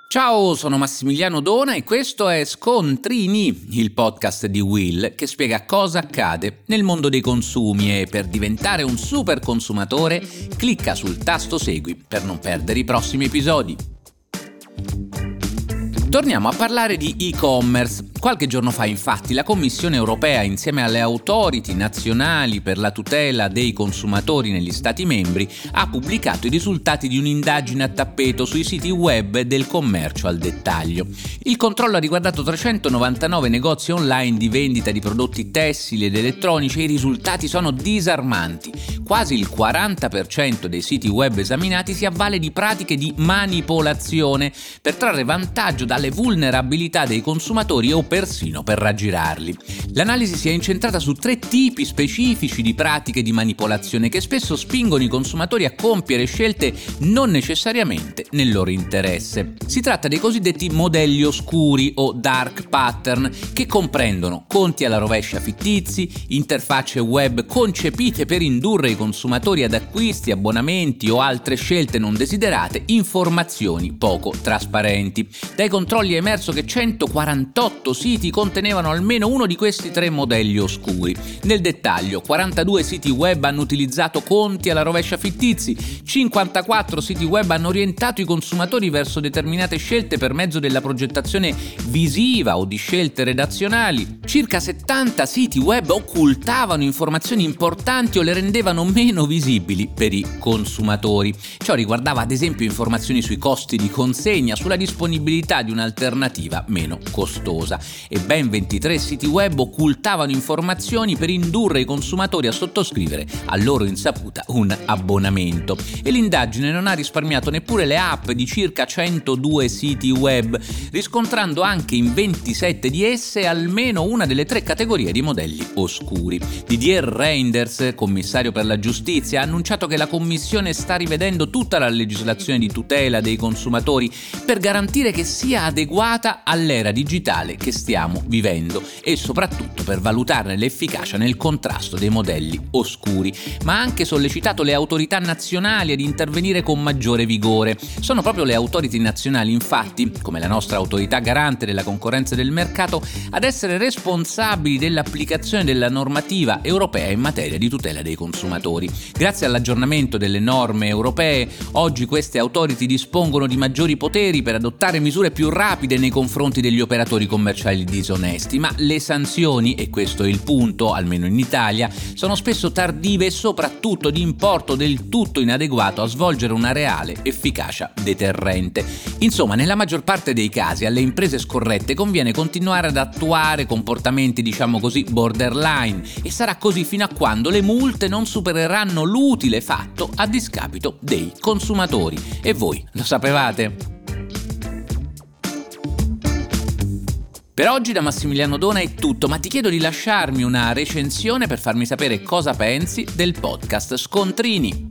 Ciao, sono Massimiliano Dona e questo è Scontrini, il podcast di Will che spiega cosa accade nel mondo dei consumi e per diventare un super consumatore clicca sul tasto Segui per non perdere i prossimi episodi. Torniamo a parlare di e-commerce. Qualche giorno fa, infatti, la Commissione europea, insieme alle authority nazionali per la tutela dei consumatori negli Stati membri, ha pubblicato i risultati di un'indagine a tappeto sui siti web del commercio al dettaglio. Il controllo ha riguardato 399 negozi online di vendita di prodotti tessili ed elettronici e i risultati sono disarmanti. Quasi il 40% dei siti web esaminati si avvale di pratiche di manipolazione per trarre vantaggio dalle vulnerabilità dei consumatori o persino per raggirarli. L'analisi si è incentrata su 3 tipi specifici di pratiche di manipolazione che spesso spingono i consumatori a compiere scelte non necessariamente nel loro interesse. Si tratta dei cosiddetti modelli oscuri o dark pattern, che comprendono conti alla rovescia fittizi, interfacce web concepite per indurre i consumatori ad acquisti, abbonamenti o altre scelte non desiderate, informazioni poco trasparenti. Dai controlli è emerso che 148 siti contenevano almeno uno di questi 3 modelli oscuri. Nel dettaglio, 42 siti web hanno utilizzato conti alla rovescia fittizi, 54 siti web hanno orientato i consumatori verso determinate scelte per mezzo della progettazione visiva o di scelte redazionali, circa 70 siti web occultavano informazioni importanti o le rendevano meno visibili per i consumatori. Ciò riguardava ad esempio informazioni sui costi di consegna, sulla disponibilità di un'alternativa meno costosa, e ben 23 siti web occultavano informazioni per indurre i consumatori a sottoscrivere a loro insaputa un abbonamento. E l'indagine non ha risparmiato neppure le app di circa 102 siti web, riscontrando anche in 27 di esse almeno una delle 3 categorie di modelli oscuri. Didier Reynders, commissario per la giustizia, ha annunciato che la Commissione sta rivedendo tutta la legislazione di tutela dei consumatori per garantire che sia adeguata all'era digitale che stiamo vivendo e soprattutto per valutarne l'efficacia nel contrasto dei modelli oscuri, ma ha anche sollecitato le autorità nazionali ad intervenire con maggiore vigore. Sono proprio le authority nazionali, infatti, come la nostra autorità garante della concorrenza e del mercato, ad essere responsabili dell'applicazione della normativa europea in materia di tutela dei consumatori. Grazie all'aggiornamento delle norme europee, oggi queste authority dispongono di maggiori poteri per adottare misure più rapide nei confronti degli operatori commerciali disonesti, ma le sanzioni, e questo è il punto, almeno in Italia, sono spesso tardive e soprattutto di importo del tutto inadeguato a svolgere una reale efficacia deterrente. Insomma, nella maggior parte dei casi alle imprese scorrette conviene continuare ad attuare comportamenti, diciamo così, borderline, e sarà così fino a quando le multe non supereranno l'utile fatto a discapito dei consumatori. E voi lo sapevate? Per oggi da Massimiliano Dona è tutto, ma ti chiedo di lasciarmi una recensione per farmi sapere cosa pensi del podcast Scontrini.